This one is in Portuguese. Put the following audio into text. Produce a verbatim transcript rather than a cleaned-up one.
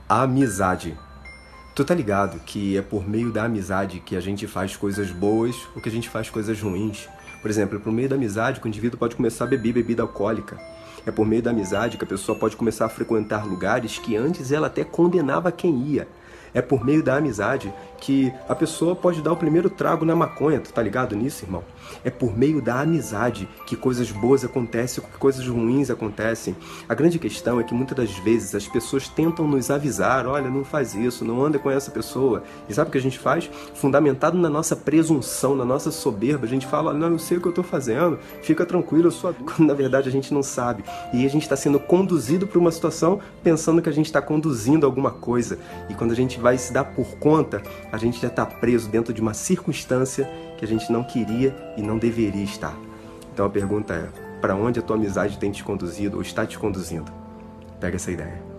A amizade. Tu tá ligado que é por meio da amizade que a gente faz coisas boas ou que a gente faz coisas ruins? Por exemplo, é por meio da amizade que o indivíduo pode começar a beber bebida alcoólica. É por meio da amizade que a pessoa pode começar a frequentar lugares que antes ela até condenava quem ia. É por meio da amizade que a pessoa pode dar o primeiro trago na maconha, tu tá ligado nisso, irmão? É por meio da amizade que coisas boas acontecem, que coisas ruins acontecem. A grande questão é que muitas das vezes as pessoas tentam nos avisar, olha, não faz isso, não anda com essa pessoa. E sabe o que a gente faz? Fundamentado na nossa presunção, na nossa soberba, a gente fala, não, eu sei o que eu tô fazendo, fica tranquilo, eu sou adulto. Quando na verdade a gente não sabe. E a gente está sendo conduzido para uma situação pensando que a gente está conduzindo alguma coisa. E quando a gente vai se dar por conta, a gente já está preso dentro de uma circunstância que a gente não queria e não deveria estar. Então a pergunta é, para onde a tua amizade tem te conduzido ou está te conduzindo? Pega essa ideia.